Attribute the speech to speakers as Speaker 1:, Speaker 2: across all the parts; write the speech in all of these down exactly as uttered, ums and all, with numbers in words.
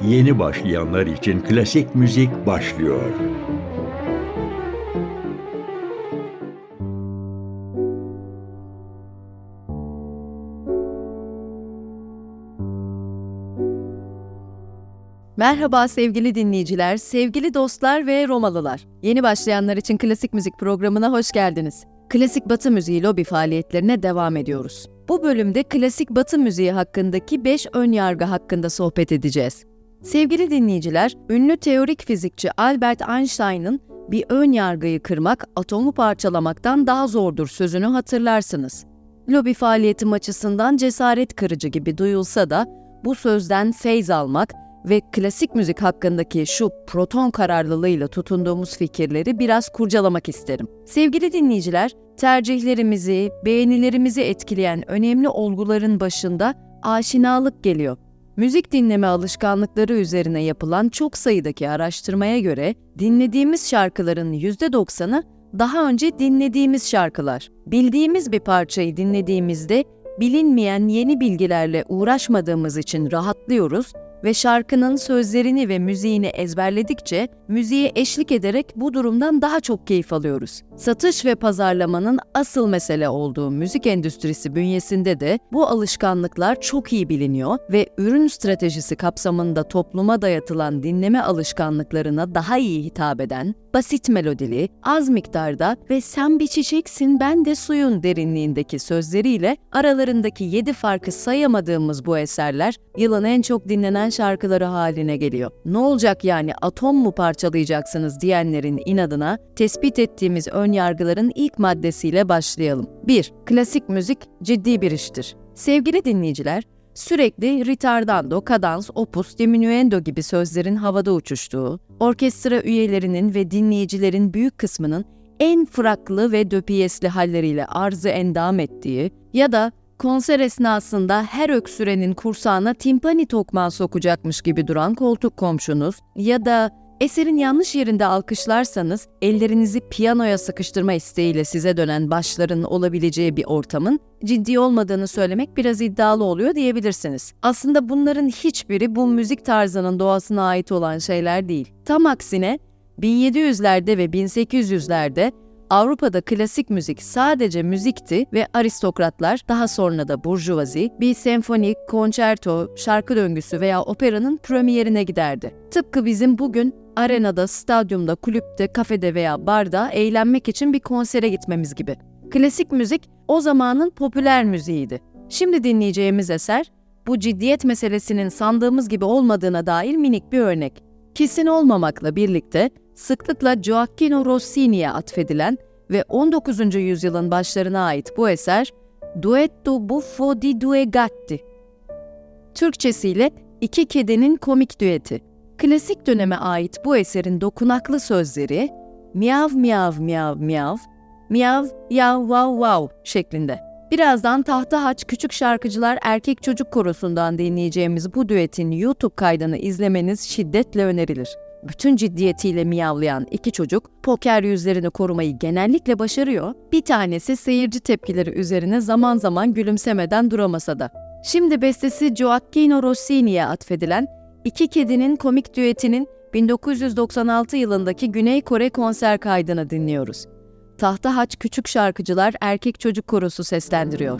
Speaker 1: Yeni başlayanlar için klasik müzik başlıyor.
Speaker 2: Merhaba sevgili dinleyiciler, sevgili dostlar ve Romalılar. Yeni başlayanlar için klasik müzik programına hoş geldiniz. Klasik Batı müziği lobi faaliyetlerine devam ediyoruz. Bu bölümde klasik Batı müziği hakkındaki beş ön yargı hakkında sohbet edeceğiz. Sevgili dinleyiciler, ünlü teorik fizikçi Albert Einstein'ın bir ön yargıyı kırmak, atomu parçalamaktan daha zordur sözünü hatırlarsınız. Lobi faaliyetim açısından cesaret kırıcı gibi duyulsa da bu sözden feyz almak ve klasik müzik hakkındaki şu proton kararlılığıyla tutunduğumuz fikirleri biraz kurcalamak isterim. Sevgili dinleyiciler, tercihlerimizi, beğenilerimizi etkileyen önemli olguların başında aşinalık geliyor. Müzik dinleme alışkanlıkları üzerine yapılan çok sayıdaki araştırmaya göre dinlediğimiz şarkıların yüzde doksanı daha önce dinlediğimiz şarkılar. Bildiğimiz bir parçayı dinlediğimizde bilinmeyen yeni bilgilerle uğraşmadığımız için rahatlıyoruz ve şarkının sözlerini ve müziğini ezberledikçe müziğe eşlik ederek bu durumdan daha çok keyif alıyoruz. Satış ve pazarlamanın asıl mesele olduğu müzik endüstrisi bünyesinde de bu alışkanlıklar çok iyi biliniyor ve ürün stratejisi kapsamında topluma dayatılan dinleme alışkanlıklarına daha iyi hitap eden, basit melodili, az miktarda ve sen bir çiçeksin ben de suyun derinliğindeki sözleriyle aralarındaki yedi farkı sayamadığımız bu eserler yılın en çok dinlenen şarkıları haline geliyor. Ne olacak yani atom mu parçalayacaksınız diyenlerin inadına tespit ettiğimiz ön yargıların ilk maddesiyle başlayalım. bir. Klasik müzik ciddi bir iştir. Sevgili dinleyiciler, sürekli ritardando, kadans, opus, diminuendo gibi sözlerin havada uçuştuğu, orkestra üyelerinin ve dinleyicilerin büyük kısmının en fıraklı ve döpiyesli halleriyle arzı endam ettiği ya da konser esnasında her öksürenin kursağına timpani tokmağı sokacakmış gibi duran koltuk komşunuz ya da eserin yanlış yerinde alkışlarsanız ellerinizi piyanoya sıkıştırma isteğiyle size dönen başların olabileceği bir ortamın ciddi olmadığını söylemek biraz iddialı oluyor diyebilirsiniz. Aslında bunların hiçbiri bu müzik tarzının doğasına ait olan şeyler değil. Tam aksine bin yedi yüzlerde ve bin sekiz yüzlerde Avrupa'da klasik müzik sadece müzikti ve aristokratlar, daha sonra da burjuvazi, bir senfoni, konçerto, şarkı döngüsü veya operanın premierine giderdi. Tıpkı bizim bugün arenada, stadyumda, kulüpte, kafede veya barda eğlenmek için bir konsere gitmemiz gibi. Klasik müzik o zamanın popüler müziğiydi. Şimdi dinleyeceğimiz eser, bu ciddiyet meselesinin sandığımız gibi olmadığına dair minik bir örnek. Kesin olmamakla birlikte sıklıkla Gioacchino Rossini'ye atfedilen ve on dokuzuncu yüzyılın başlarına ait bu eser Duetto buffo di due gatti. Türkçesiyle iki kedinin komik düeti. Klasik döneme ait bu eserin dokunaklı sözleri miyav miyav miyav miyav, miyav yav vav vav şeklinde. Birazdan Tahta Haç Küçük Şarkıcılar Erkek Çocuk Korosu'ndan dinleyeceğimiz bu düetin YouTube kaydını izlemeniz şiddetle önerilir. Bütün ciddiyetiyle miyavlayan iki çocuk poker yüzlerini korumayı genellikle başarıyor, bir tanesi seyirci tepkileri üzerine zaman zaman gülümsemeden duramasa da. Şimdi bestesi Gioacchino Rossini'ye atfedilen İki Kedinin Komik Düeti'nin bin dokuz yüz doksan altı yılındaki Güney Kore konser kaydını dinliyoruz. Tahta Haç Küçük Şarkıcılar Erkek Çocuk Korosu seslendiriyor.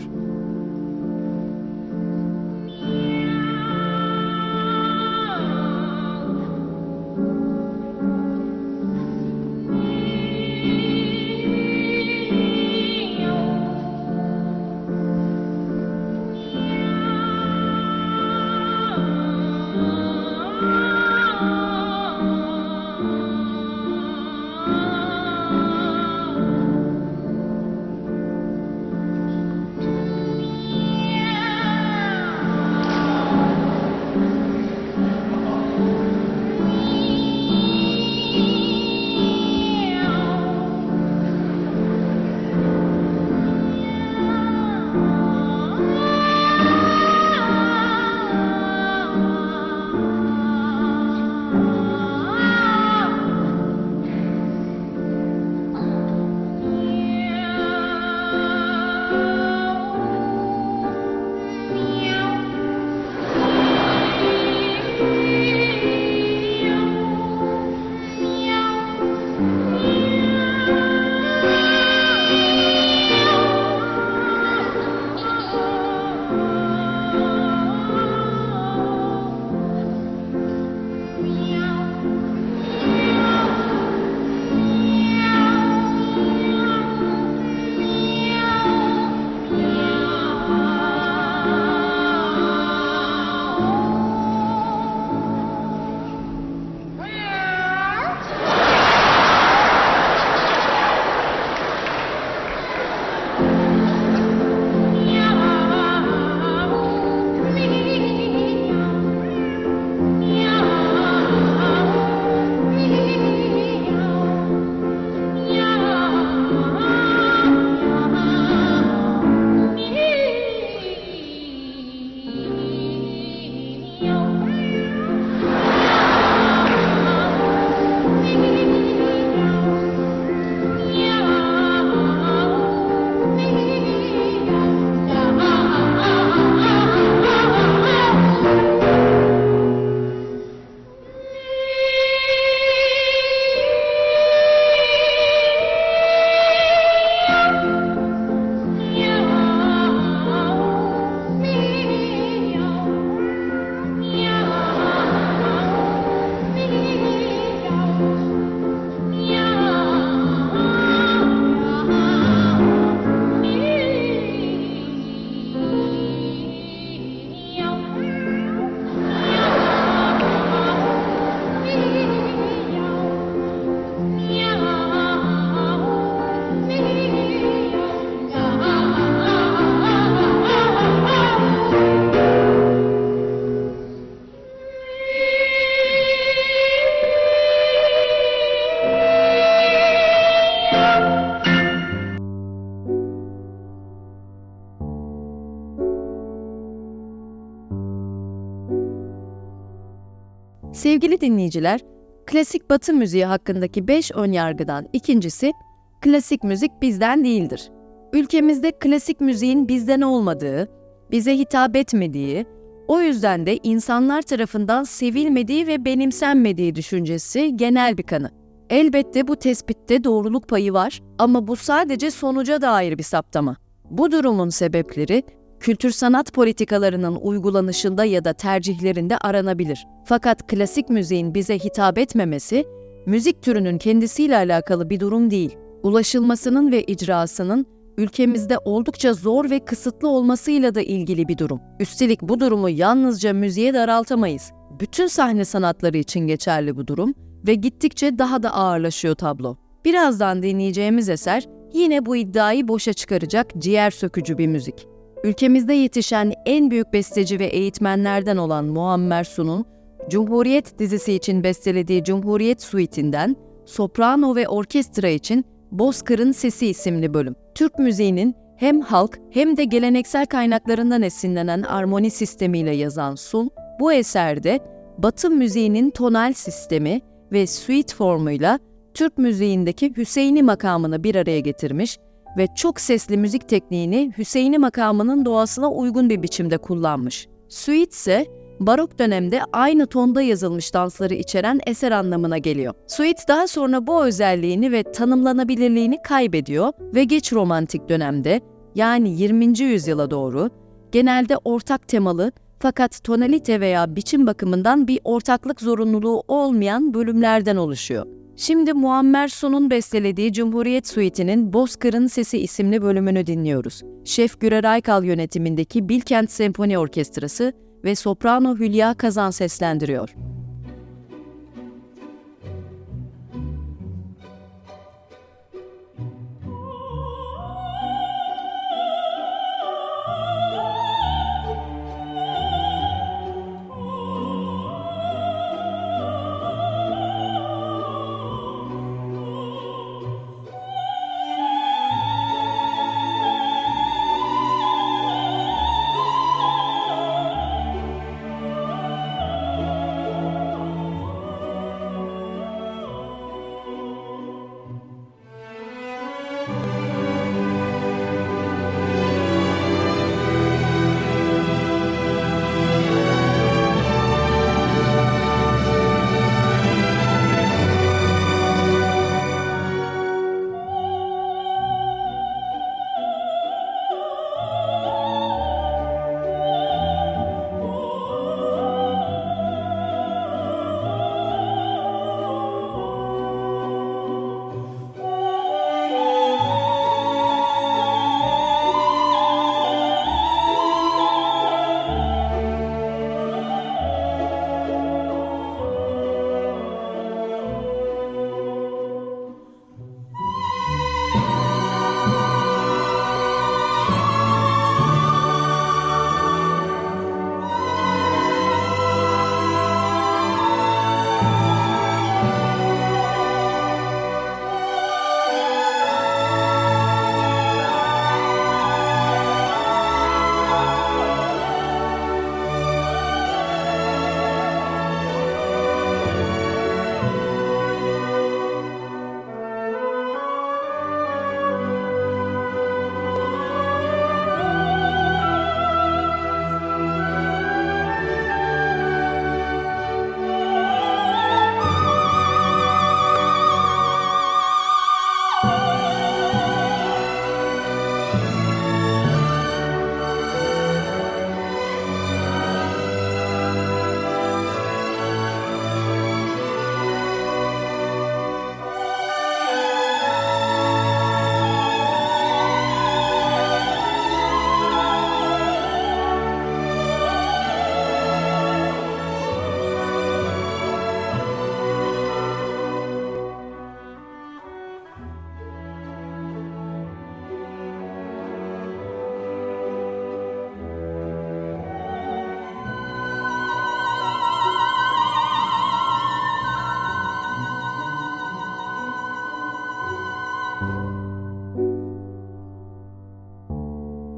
Speaker 2: Sevgili dinleyiciler, klasik Batı müziği hakkındaki beş önyargıdan ikincisi, klasik müzik bizden değildir. Ülkemizde klasik müziğin bizden olmadığı, bize hitap etmediği, o yüzden de insanlar tarafından sevilmediği ve benimsenmediği düşüncesi genel bir kanı. Elbette bu tespitte doğruluk payı var ama bu sadece sonuca dair bir saptama. Bu durumun sebepleri, kültür sanat politikalarının uygulanışında ya da tercihlerinde aranabilir. Fakat klasik müziğin bize hitap etmemesi, müzik türünün kendisiyle alakalı bir durum değil. Ulaşılmasının ve icrasının ülkemizde oldukça zor ve kısıtlı olmasıyla da ilgili bir durum. Üstelik bu durumu yalnızca müziğe daraltamayız. Bütün sahne sanatları için geçerli bu durum ve gittikçe daha da ağırlaşıyor tablo. Birazdan dinleyeceğimiz eser yine bu iddiayı boşa çıkaracak ciğer sökücü bir müzik. Ülkemizde yetişen en büyük besteci ve eğitmenlerden olan Muammer Sun'un Cumhuriyet dizisi için bestelediği Cumhuriyet Suite'inden soprano ve orkestra için Bozkır'ın Sesi isimli bölüm. Türk müziğinin hem halk hem de geleneksel kaynaklarından esinlenen armoni sistemiyle yazan Sun, bu eserde Batı müziğinin tonal sistemi ve suite formuyla Türk müziğindeki Hüseyni makamını bir araya getirmiş ve çok sesli müzik tekniğini Hüseyni makamının doğasına uygun bir biçimde kullanmış. Suite ise Barok dönemde aynı tonda yazılmış dansları içeren eser anlamına geliyor. Suite daha sonra bu özelliğini ve tanımlanabilirliğini kaybediyor ve geç romantik dönemde, yani yirminci yüzyıla doğru, genelde ortak temalı fakat tonalite veya biçim bakımından bir ortaklık zorunluluğu olmayan bölümlerden oluşuyor. Şimdi Muammer Sun'un bestelediği Cumhuriyet Suite'inin Bozkır'ın Sesi isimli bölümünü dinliyoruz. Şef Gürer Aykal yönetimindeki Bilkent Senfoni Orkestrası ve soprano Hülya Kazan seslendiriyor.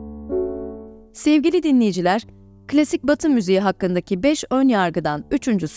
Speaker 2: Sevgili dinleyiciler, klasik Batı müziği hakkındaki beş ön yargıdan üçüncüsü,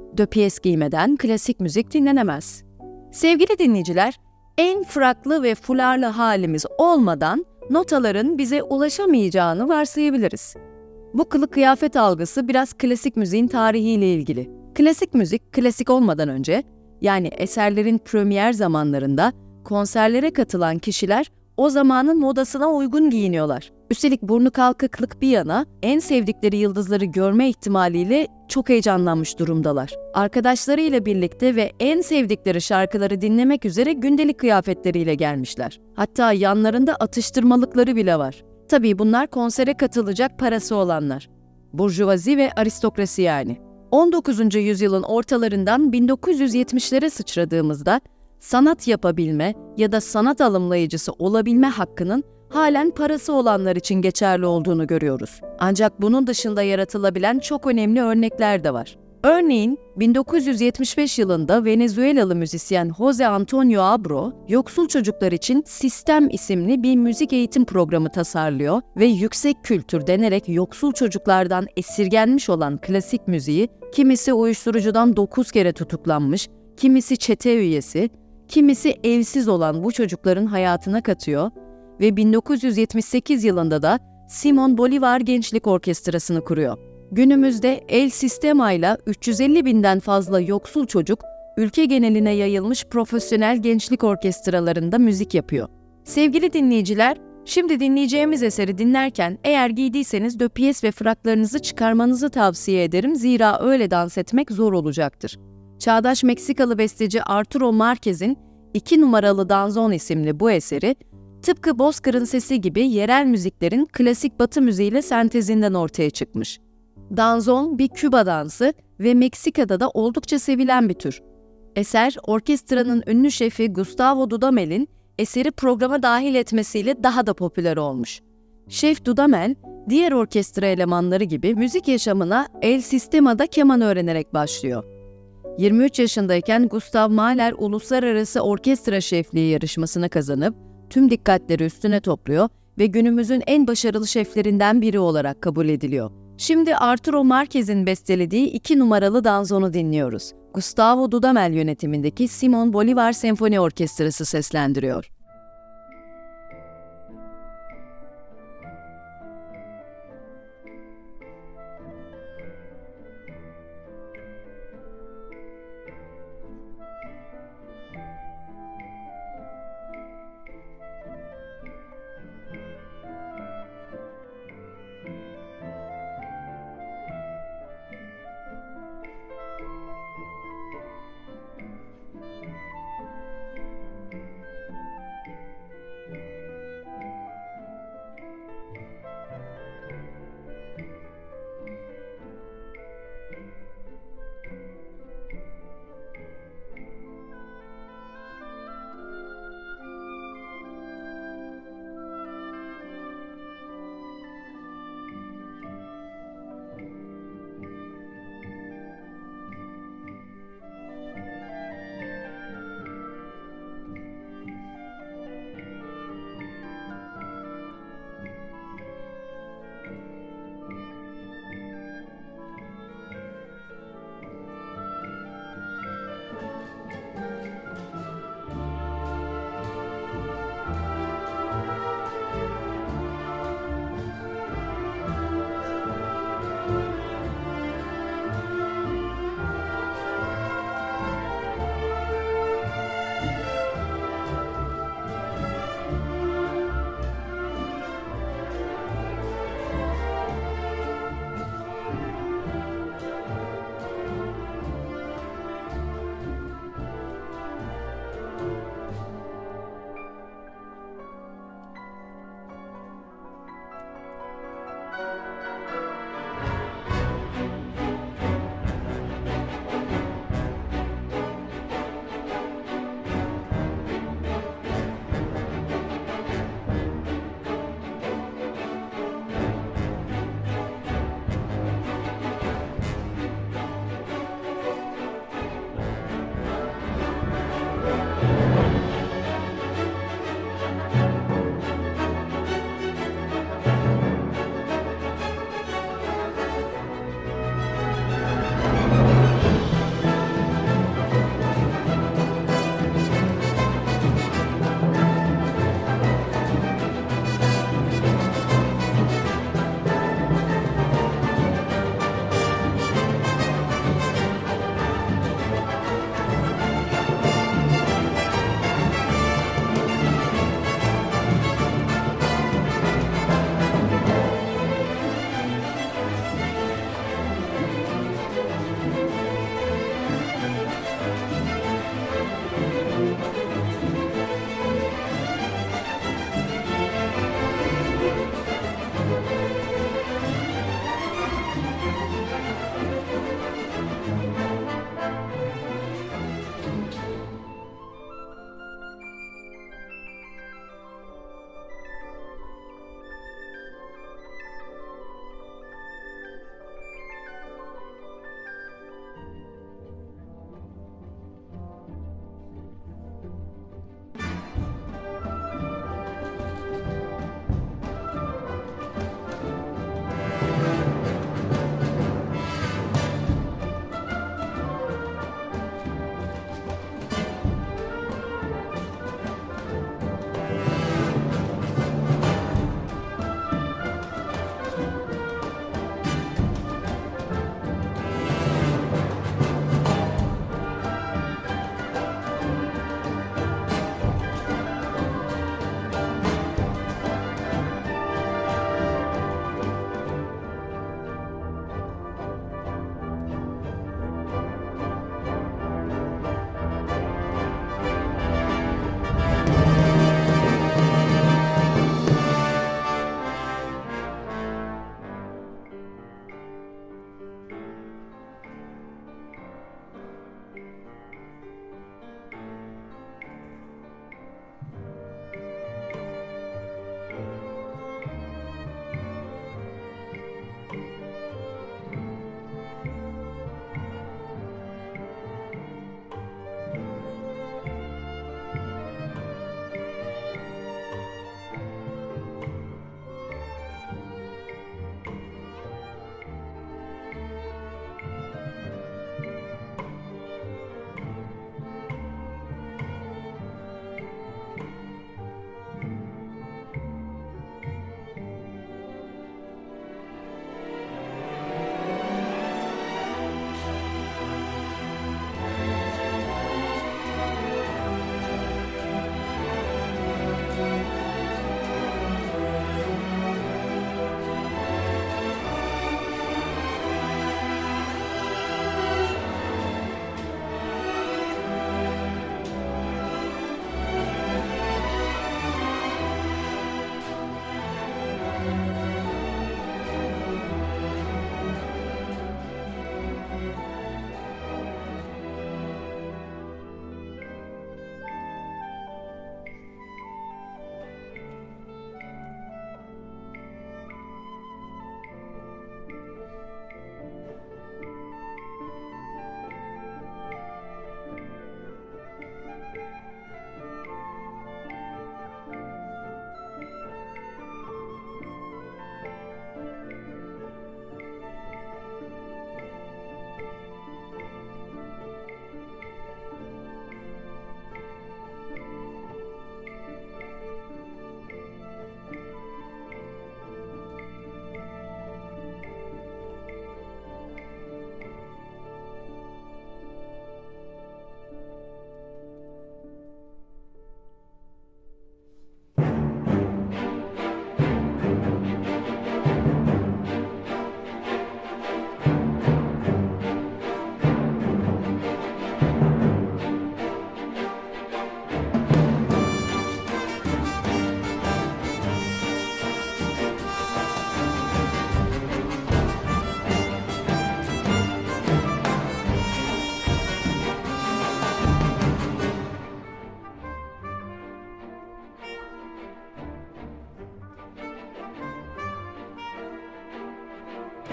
Speaker 2: De pièce giymeden klasik müzik dinlenemez. Sevgili dinleyiciler, en fraklı ve fularlı halimiz olmadan notaların bize ulaşamayacağını varsayabiliriz. Bu kılık kıyafet algısı biraz klasik müziğin tarihiyle ilgili. Klasik müzik, klasik olmadan önce, yani eserlerin premier zamanlarında konserlere katılan kişiler o zamanın modasına uygun giyiniyorlar. Üstelik burnu kalkıklık bir yana en sevdikleri yıldızları görme ihtimaliyle çok heyecanlanmış durumdalar. Arkadaşlarıyla birlikte ve en sevdikleri şarkıları dinlemek üzere gündelik kıyafetleriyle gelmişler. Hatta yanlarında atıştırmalıkları bile var. Tabii bunlar konsere katılacak parası olanlar. Burjuvazi ve aristokrasi yani. on dokuzuncu yüzyılın ortalarından bin dokuz yüz yetmişlere sıçradığımızda sanat yapabilme ya da sanat alımlayıcısı olabilme hakkının halen parası olanlar için geçerli olduğunu görüyoruz. Ancak bunun dışında yaratılabilen çok önemli örnekler de var. Örneğin bin dokuz yüz yetmiş beş yılında Venezuelalı müzisyen Jose Antonio Abro, yoksul çocuklar için Sistem isimli bir müzik eğitim programı tasarlıyor ve yüksek kültür denerek yoksul çocuklardan esirgenmiş olan klasik müziği, kimisi uyuşturucudan dokuz kere tutuklanmış, kimisi çete üyesi, kimisi evsiz olan bu çocukların hayatına katıyor ve bin dokuz yüz yetmiş sekiz yılında da Simon Bolivar Gençlik Orkestrası'nı kuruyor. Günümüzde El Sistema ile üç yüz elli binden fazla yoksul çocuk, ülke geneline yayılmış profesyonel gençlik orkestralarında müzik yapıyor. Sevgili dinleyiciler, şimdi dinleyeceğimiz eseri dinlerken eğer giydiyseniz de pièce ve fraklarınızı çıkarmanızı tavsiye ederim, zira öyle dans etmek zor olacaktır. Çağdaş Meksikalı besteci Arturo Márquez'in iki numaralı Danzón isimli bu eseri, tıpkı Bozkır'ın Sesi gibi yerel müziklerin klasik Batı müziğiyle sentezinden ortaya çıkmış. Danzón bir Küba dansı ve Meksika'da da oldukça sevilen bir tür. Eser, orkestranın ünlü şefi Gustavo Dudamel'in eseri programa dahil etmesiyle daha da popüler olmuş. Şef Dudamel, diğer orkestra elemanları gibi müzik yaşamına El Sistema'da keman öğrenerek başlıyor. yirmi üç yaşındayken Gustav Mahler Uluslararası Orkestra Şefliği yarışmasını kazanıp tüm dikkatleri üstüne topluyor ve günümüzün en başarılı şeflerinden biri olarak kabul ediliyor. Şimdi Arturo Márquez'in bestelediği iki numaralı Danzón'u dinliyoruz. Gustavo Dudamel yönetimindeki Simon Bolivar Senfoni Orkestrası seslendiriyor.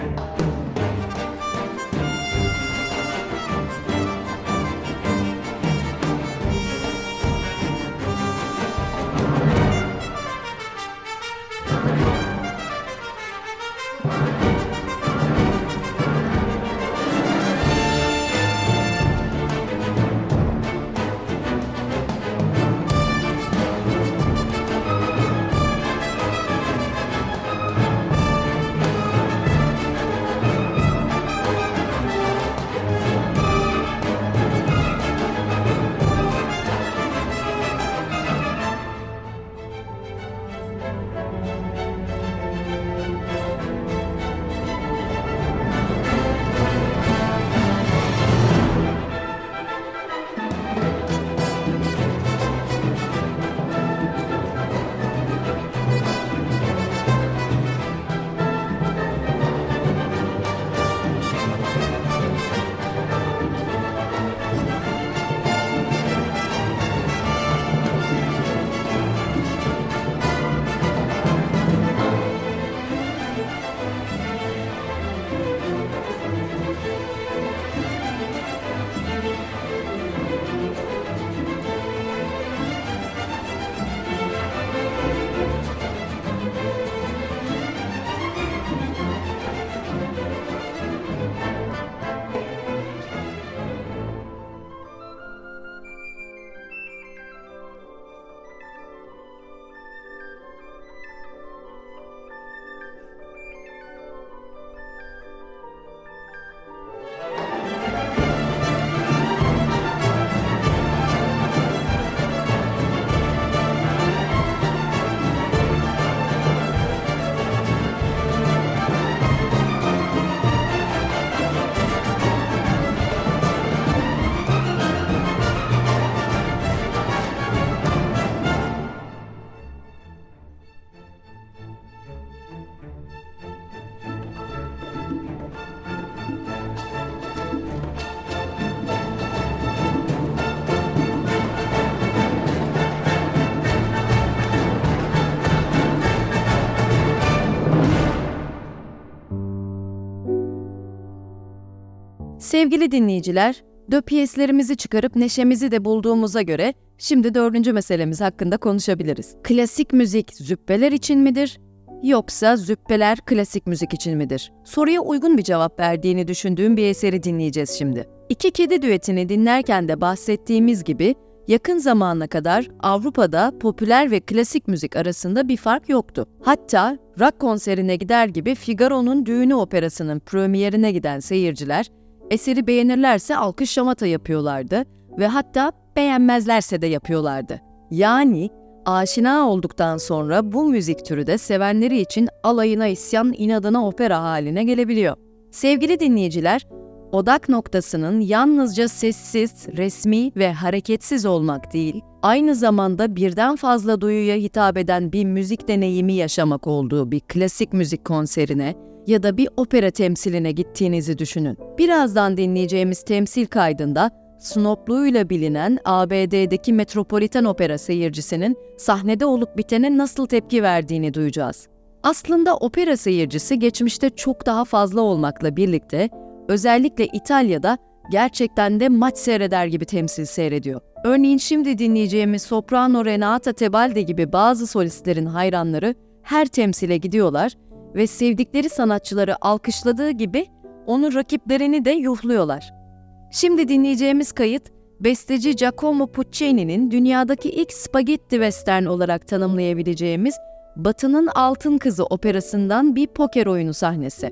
Speaker 2: Sevgili dinleyiciler, dö piyeslerimizi çıkarıp neşemizi de bulduğumuza göre şimdi dördüncü meselemiz hakkında konuşabiliriz. Klasik müzik züppeler için midir? Yoksa züppeler klasik müzik için midir? Soruya uygun bir cevap verdiğini düşündüğüm bir eseri dinleyeceğiz şimdi. İki Kedi düetini dinlerken de bahsettiğimiz gibi yakın zamana kadar Avrupa'da popüler ve klasik müzik arasında bir fark yoktu. Hatta rock konserine gider gibi Figaro'nun Düğünü operasının premierine giden seyirciler eseri beğenirlerse alkış şamata yapıyorlardı ve hatta beğenmezlerse de yapıyorlardı. Yani aşina olduktan sonra bu müzik türü de sevenleri için alayına isyan, inadına opera haline gelebiliyor. Sevgili dinleyiciler, odak noktasının yalnızca sessiz, resmi ve hareketsiz olmak değil, aynı zamanda birden fazla duyuya hitap eden bir müzik deneyimi yaşamak olduğu bir klasik müzik konserine ya da bir opera temsiline gittiğinizi düşünün. Birazdan dinleyeceğimiz temsil kaydında snopluğuyla bilinen A B D'deki Metropolitan Opera seyircisinin sahnede olup bitene nasıl tepki verdiğini duyacağız. Aslında opera seyircisi geçmişte çok daha fazla olmakla birlikte özellikle İtalya'da gerçekten de maç seyreder gibi temsil seyrediyor. Örneğin şimdi dinleyeceğimiz soprano Renata Tebaldi gibi bazı solistlerin hayranları her temsile gidiyorlar ve sevdikleri sanatçıları alkışladığı gibi onun rakiplerini de yuhluyorlar. Şimdi dinleyeceğimiz kayıt, besteci Giacomo Puccini'nin dünyadaki ilk spagetti western olarak tanımlayabileceğimiz Batı'nın Altın Kızı operasından bir poker oyunu sahnesi.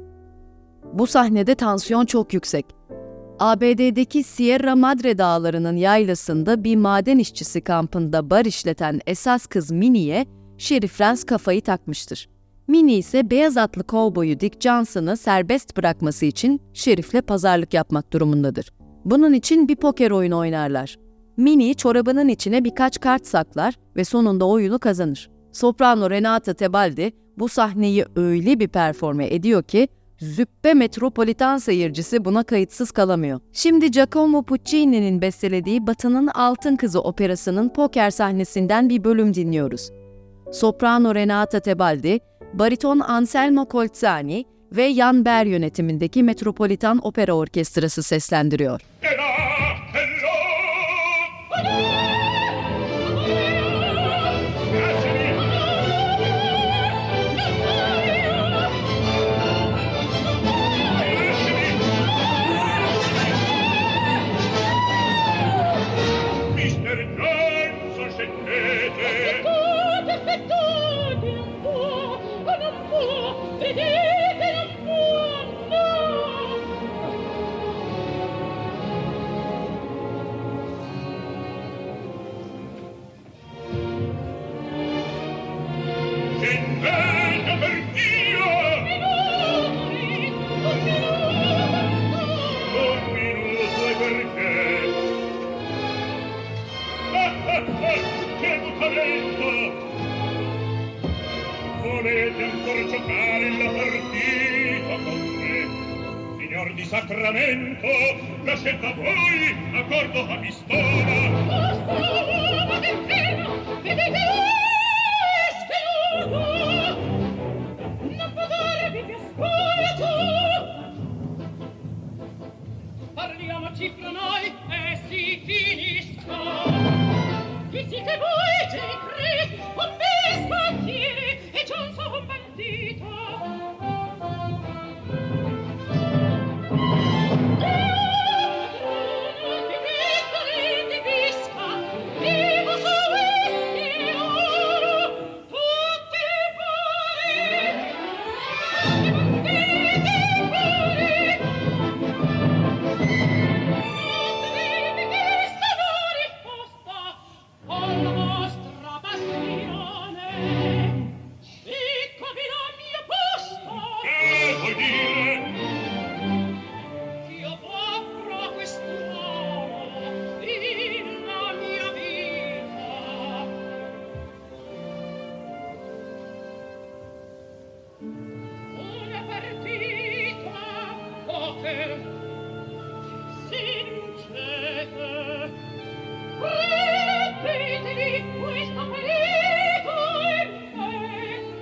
Speaker 2: Bu sahnede tansiyon çok yüksek. A B D'deki Sierra Madre dağlarının yaylasında bir maden işçisi kampında bar işleten esas kız Minnie'ye Şerif Rance kafayı takmıştır. Minnie ise beyaz atlı kovboyu Dick Johnson'ı serbest bırakması için Şerif'le pazarlık yapmak durumundadır. Bunun için bir poker oyunu oynarlar. Minnie çorabının içine birkaç kart saklar ve sonunda oyunu kazanır. Soprano Renata Tebaldi bu sahneyi öyle bir performe ediyor ki züppe Metropolitan seyircisi buna kayıtsız kalamıyor. Şimdi Giacomo Puccini'nin bestelediği Batı'nın Altın Kızı operasının poker sahnesinden bir bölüm dinliyoruz. Soprano Renata Tebaldi, bariton Anselmo Colzani ve Jan Ber yönetimindeki Metropolitan Opera Orkestrası seslendiriyor.
Speaker 3: Volete ancora giocare la partita con me, signor di Sacramento? La scelta a voi, accordo a pistola. Basta, ma che pena, vedete, è svenuto, non potervi più ascolto. Parliamoci fra noi e si finisca. Chi siete voi, Genicri, un biscottiere e Johnson un bandito? Di piccoli di bisca, vivo su whisky e oro, tutti puri, tutti banditi puri. Tutti che stanno risposta alla vostra passione. Eccomi la mia posta. Che vuoi dire? Io offro a quest'uomo la mia vita. Una partita poker si vincete. Ripetevi questa ferita in me.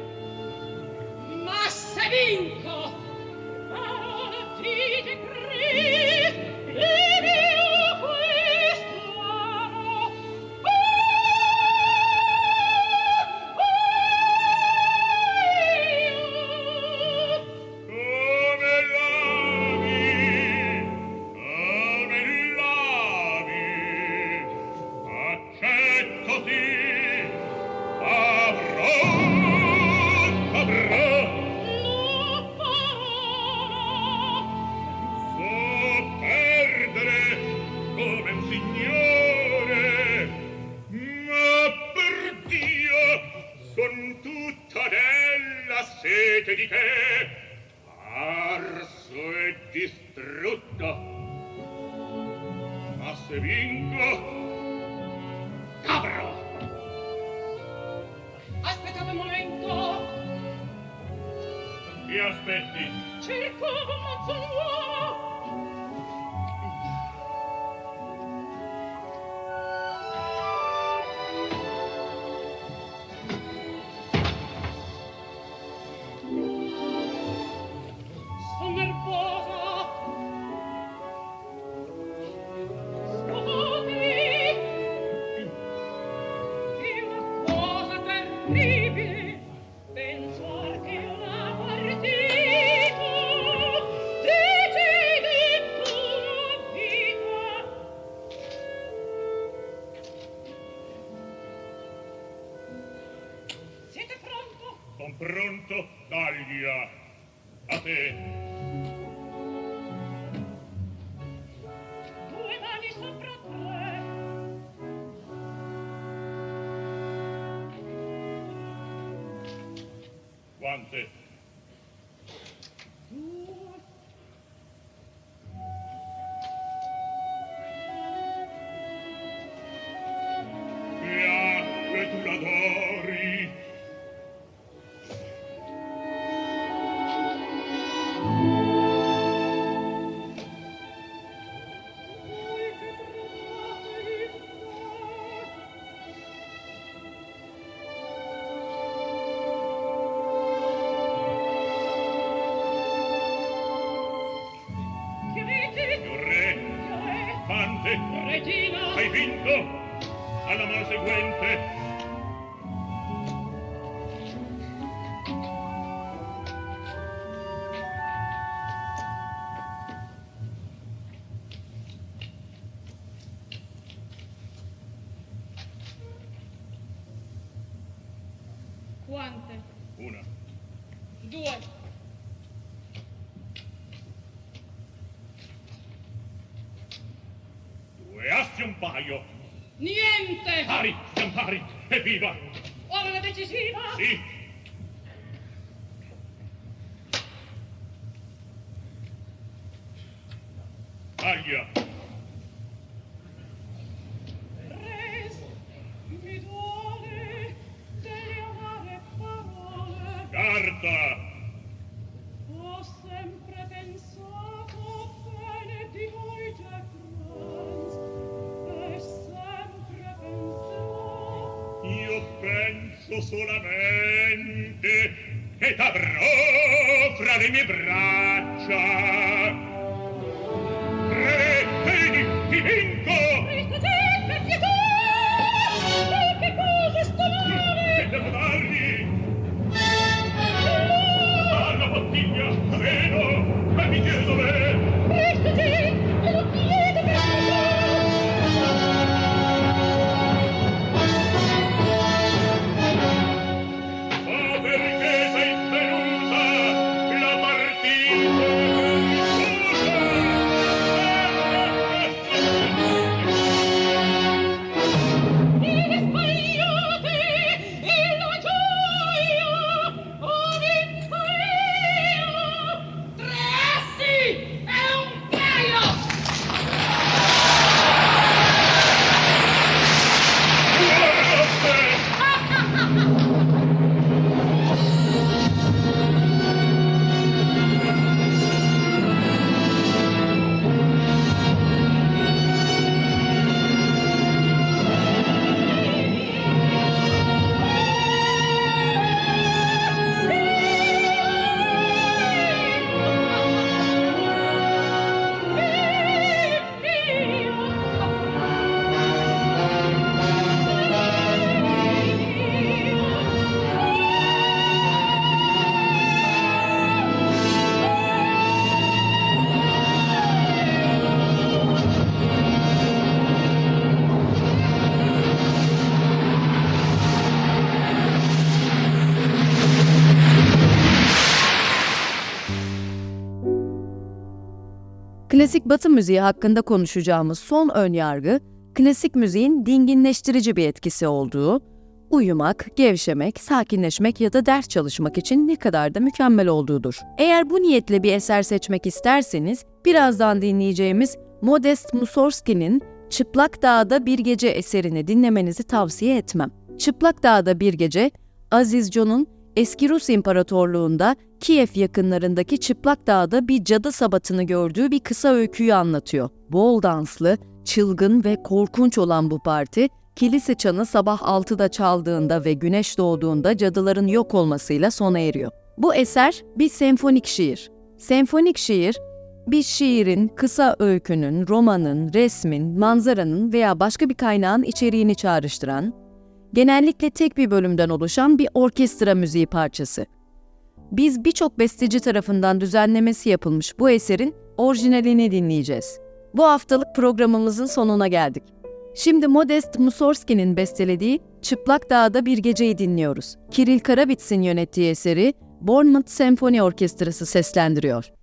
Speaker 3: Ma se vinco, parola di decreti, vivi io questo anno. Come lavi, come lavi, accetto sì, avrò, avrò. Non farò. So perdere come un signore, ma per Dio son tutta nella sete di te, arso e distrutto. Ma se vinco, avrò. Aspettate un momento. Chi aspetti? Cerco un mazzo nuovo. Sono nervosa. Scoprì di una cosa terribile. Pensar che una partita decidi tua vita. Siete pronto? Son pronto, Daglia. A te. Due mani sopra tre. Quante? Due. E acque tu l'adori. vinto. Alla mano seguente.
Speaker 4: Quante?
Speaker 3: Una.
Speaker 4: Due.
Speaker 3: Due assi un paio.
Speaker 4: Niente!
Speaker 3: Pari, siamo pari. Evviva!
Speaker 4: Ora la decisiva?
Speaker 3: Sì. Taglia.
Speaker 4: Res, mi duole delle amare parole.
Speaker 3: Carta.
Speaker 4: Ho sempre pensato bene di voi, Jack Rance, e sempre penserò.
Speaker 3: Io penso solamente che t'avrò fra le mie braccia. Re, vedi, ti vinco!
Speaker 4: Cristo, gente, pietà! Oh, che cosa sto male!
Speaker 3: Che devo dargli? Ah, la bottiglia, vedo, ma mi chiedo dov'è.
Speaker 4: Cristo, gente, lo chiede per
Speaker 3: Oh, perché sei tenuta la partita
Speaker 4: Viene sbagliate e la gioia ho vinto io! Tre assi e un paio!
Speaker 2: Klasik Batı müziği hakkında konuşacağımız son önyargı, klasik müziğin dinginleştirici bir etkisi olduğu, uyumak, gevşemek, sakinleşmek ya da ders çalışmak için ne kadar da mükemmel olduğudur. Eğer bu niyetle bir eser seçmek isterseniz, birazdan dinleyeceğimiz Modest Mussorgsky'nin Çıplak Dağda Bir Gece eserini dinlemenizi tavsiye etmem. Çıplak Dağda Bir Gece, Aziz John'un eski Rus İmparatorluğu'nda Kiev yakınlarındaki Çıplak Dağ'da bir cadı sabatını gördüğü bir kısa öyküyü anlatıyor. Bol danslı, çılgın ve korkunç olan bu parti, kilise çanı sabah altıda çaldığında ve güneş doğduğunda cadıların yok olmasıyla sona eriyor. Bu eser bir senfonik şiir. Senfonik şiir, bir şiirin, kısa öykünün, romanın, resmin, manzaranın veya başka bir kaynağın içeriğini çağrıştıran, genellikle tek bir bölümden oluşan bir orkestra müziği parçası. Biz birçok besteci tarafından düzenlemesi yapılmış bu eserin orijinalini dinleyeceğiz. Bu haftalık programımızın sonuna geldik. Şimdi Modest Mussorgsky'nin bestelediği Çıplak Dağda Bir Gece'yi dinliyoruz. Kiril Karabitz'in yönettiği eseri Bournemouth Senfoni Orkestrası seslendiriyor.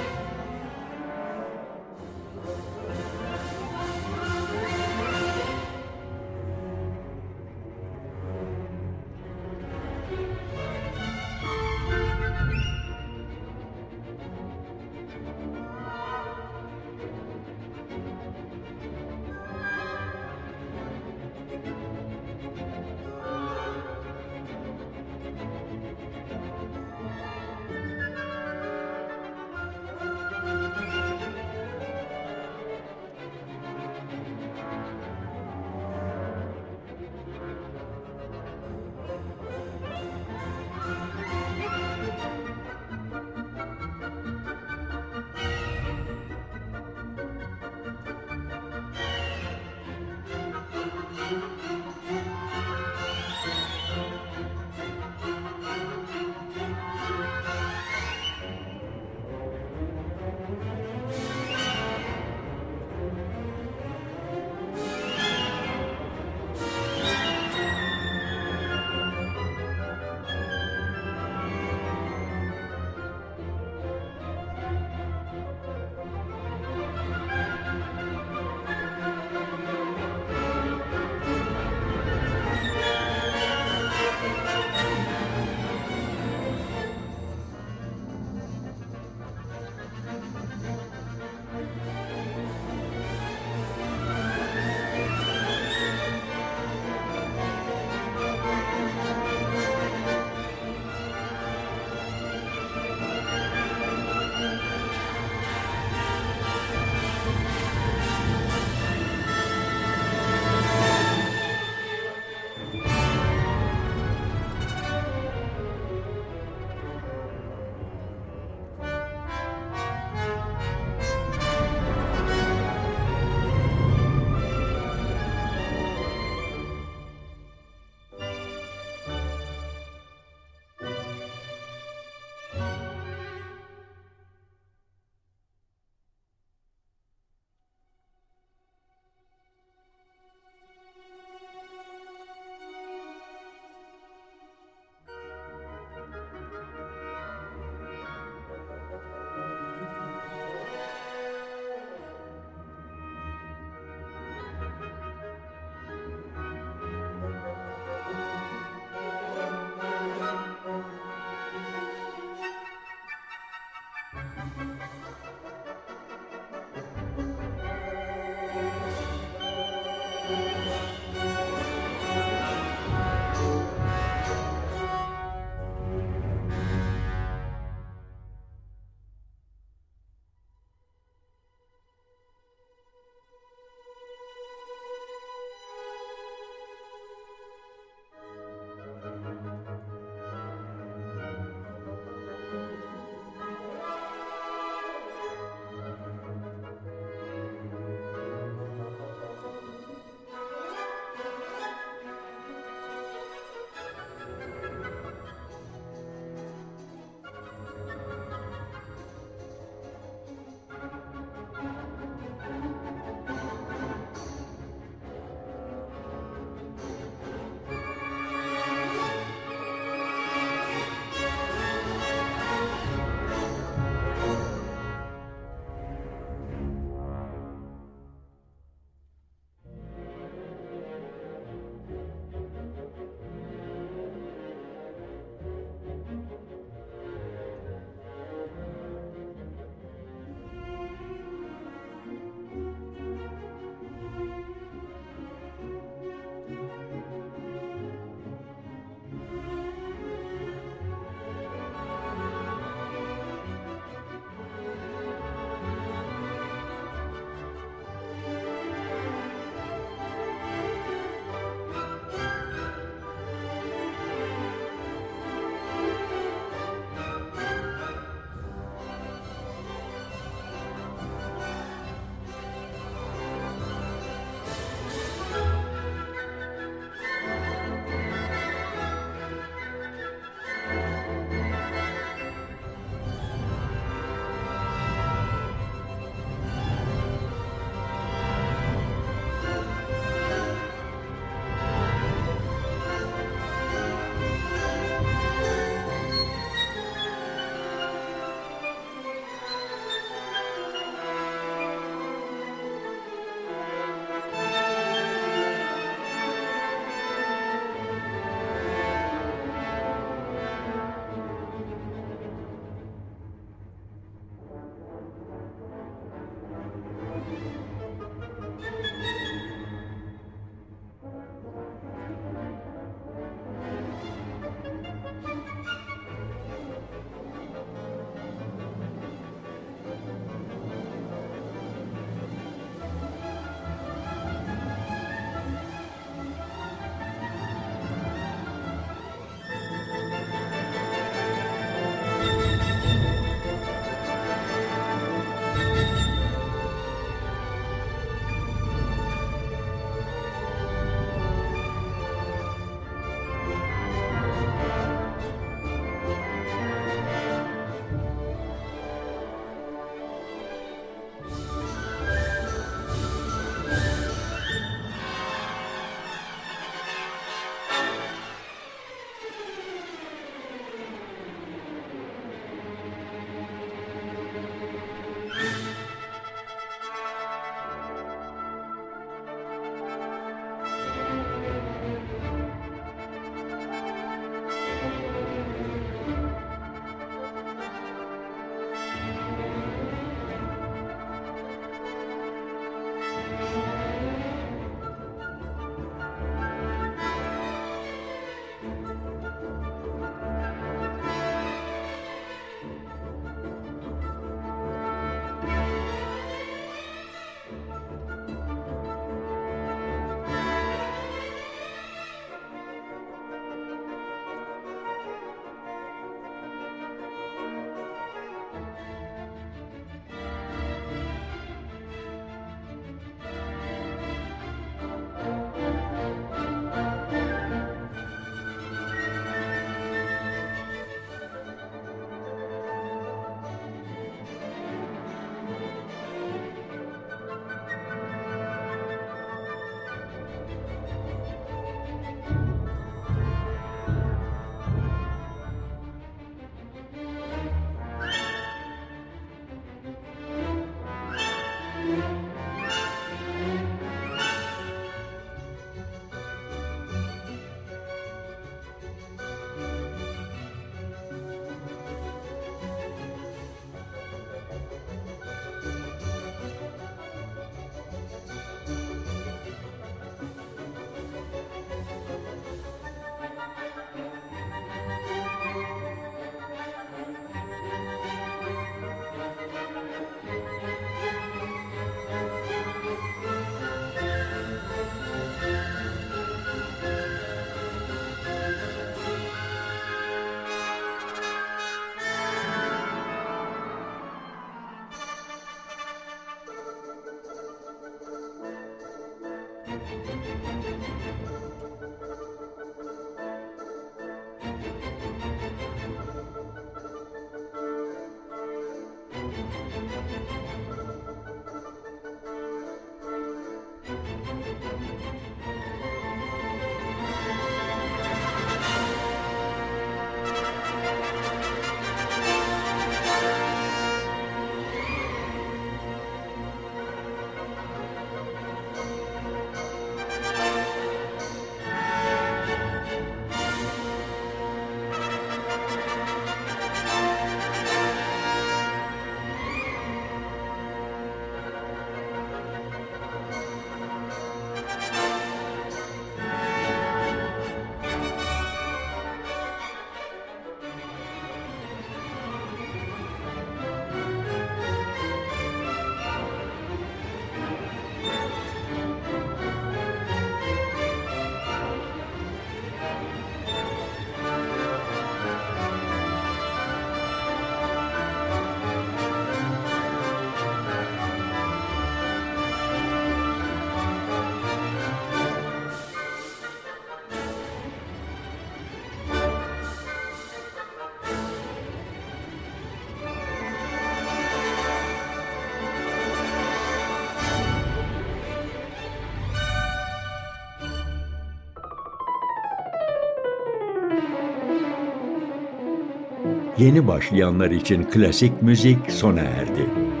Speaker 1: Yeni başlayanlar için klasik müzik sona erdi.